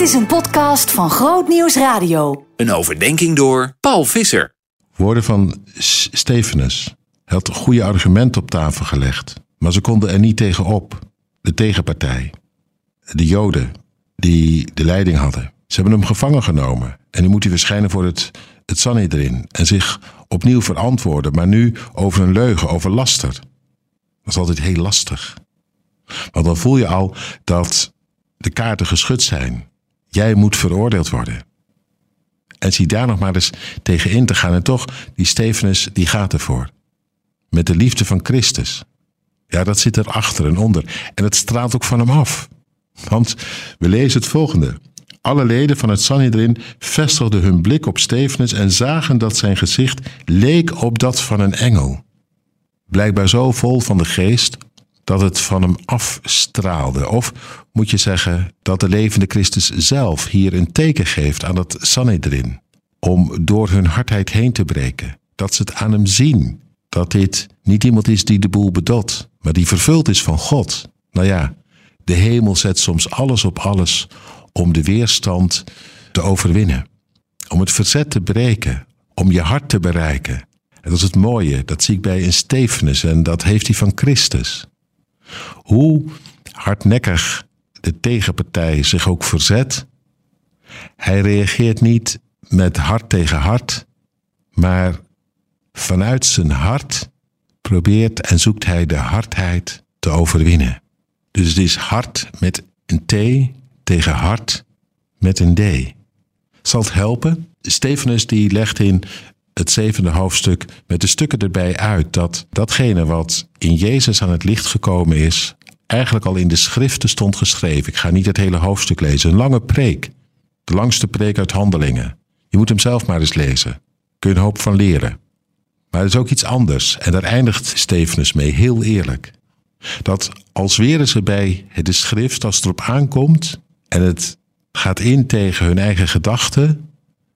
is een podcast van Groot Nieuws Radio. Een overdenking door Paul Visser. Woorden van Stefanus. Hij had goede argumenten op tafel gelegd, maar ze konden er niet tegen op. De tegenpartij. De Joden die de leiding hadden. Ze hebben hem gevangen genomen. En nu moet hij verschijnen voor het Sanhedrin en zich opnieuw verantwoorden, maar nu over een leugen, over laster. Dat is altijd heel lastig. Want dan voel je al dat de kaarten geschud zijn. Jij moet veroordeeld worden. En zie daar nog maar eens tegen in te gaan. En toch, die Stefanus, die gaat ervoor. Met de liefde van Christus. Ja, dat zit erachter en onder. En het straalt ook van hem af. Want we lezen het volgende. Alle leden van het Sanhedrin vestigden hun blik op Stefanus en zagen dat zijn gezicht leek op dat van een engel. Blijkbaar zo vol van de geest dat het van hem afstraalde. Of moet je zeggen dat de levende Christus zelf hier een teken geeft aan dat Sanhedrin. Om door hun hardheid heen te breken. Dat ze het aan hem zien. Dat dit niet iemand is die de boel bedot, maar die vervuld is van God. Nou ja, de hemel zet soms alles op alles om de weerstand te overwinnen. Om het verzet te breken. Om je hart te bereiken. En dat is het mooie, dat zie ik bij een Stefanus en dat heeft hij van Christus. Hoe hardnekkig de tegenpartij zich ook verzet, hij reageert niet met hart tegen hart, maar vanuit zijn hart probeert en zoekt hij de hardheid te overwinnen. Dus het is hart met een T tegen hart met een D. Zal het helpen? Stefanus die legt in het 7e hoofdstuk met de stukken erbij uit dat datgene wat in Jezus aan het licht gekomen is, eigenlijk al in de schriften stond geschreven. Ik ga niet het hele hoofdstuk lezen. Een lange preek. De langste preek uit Handelingen. Je moet hem zelf maar eens lezen. Kun je een hoop van leren. Maar er is ook iets anders. En daar eindigt Stefanus mee, heel eerlijk. Dat als weren ze bij de schrift, als het erop aankomt en het gaat in tegen hun eigen gedachten,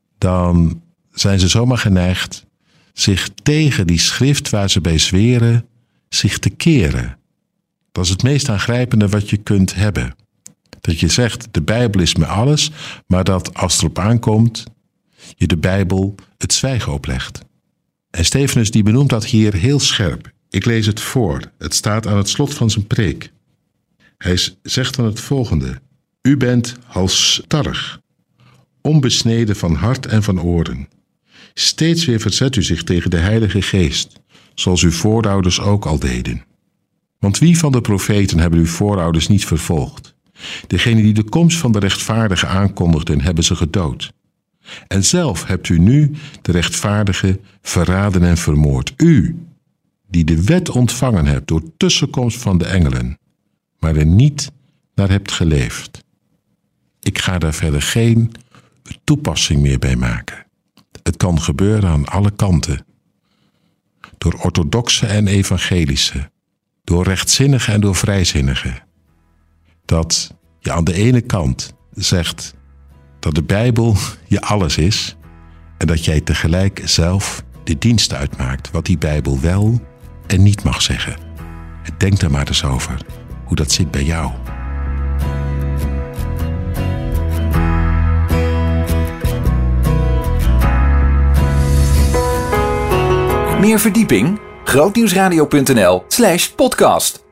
dan zijn ze zomaar geneigd zich tegen die schrift waar ze bij zweren, zich te keren. Dat is het meest aangrijpende wat je kunt hebben. Dat je zegt, de Bijbel is me alles, maar dat als het erop aankomt, je de Bijbel het zwijgen oplegt. En Stefanus die benoemt dat hier heel scherp. Ik lees het voor. Het staat aan het slot van zijn preek. Hij zegt dan het volgende. U bent halsstarrig, onbesneden van hart en van oren. Steeds weer verzet u zich tegen de Heilige Geest, zoals uw voorouders ook al deden. Want wie van de profeten hebben uw voorouders niet vervolgd? Degene die de komst van de rechtvaardige aankondigden, hebben ze gedood. En zelf hebt u nu de rechtvaardige verraden en vermoord. U, die de wet ontvangen hebt door tussenkomst van de engelen, maar er niet naar hebt geleefd. Ik ga daar verder geen toepassing meer bij maken. Het kan gebeuren aan alle kanten. Door orthodoxe en evangelische. Door rechtzinnigen en door vrijzinnigen. Dat je aan de ene kant zegt dat de Bijbel je alles is. En dat jij tegelijk zelf de dienst uitmaakt wat die Bijbel wel en niet mag zeggen. Denk er maar eens over hoe dat zit bij jou. Meer verdieping? Grootnieuwsradio.nl/podcast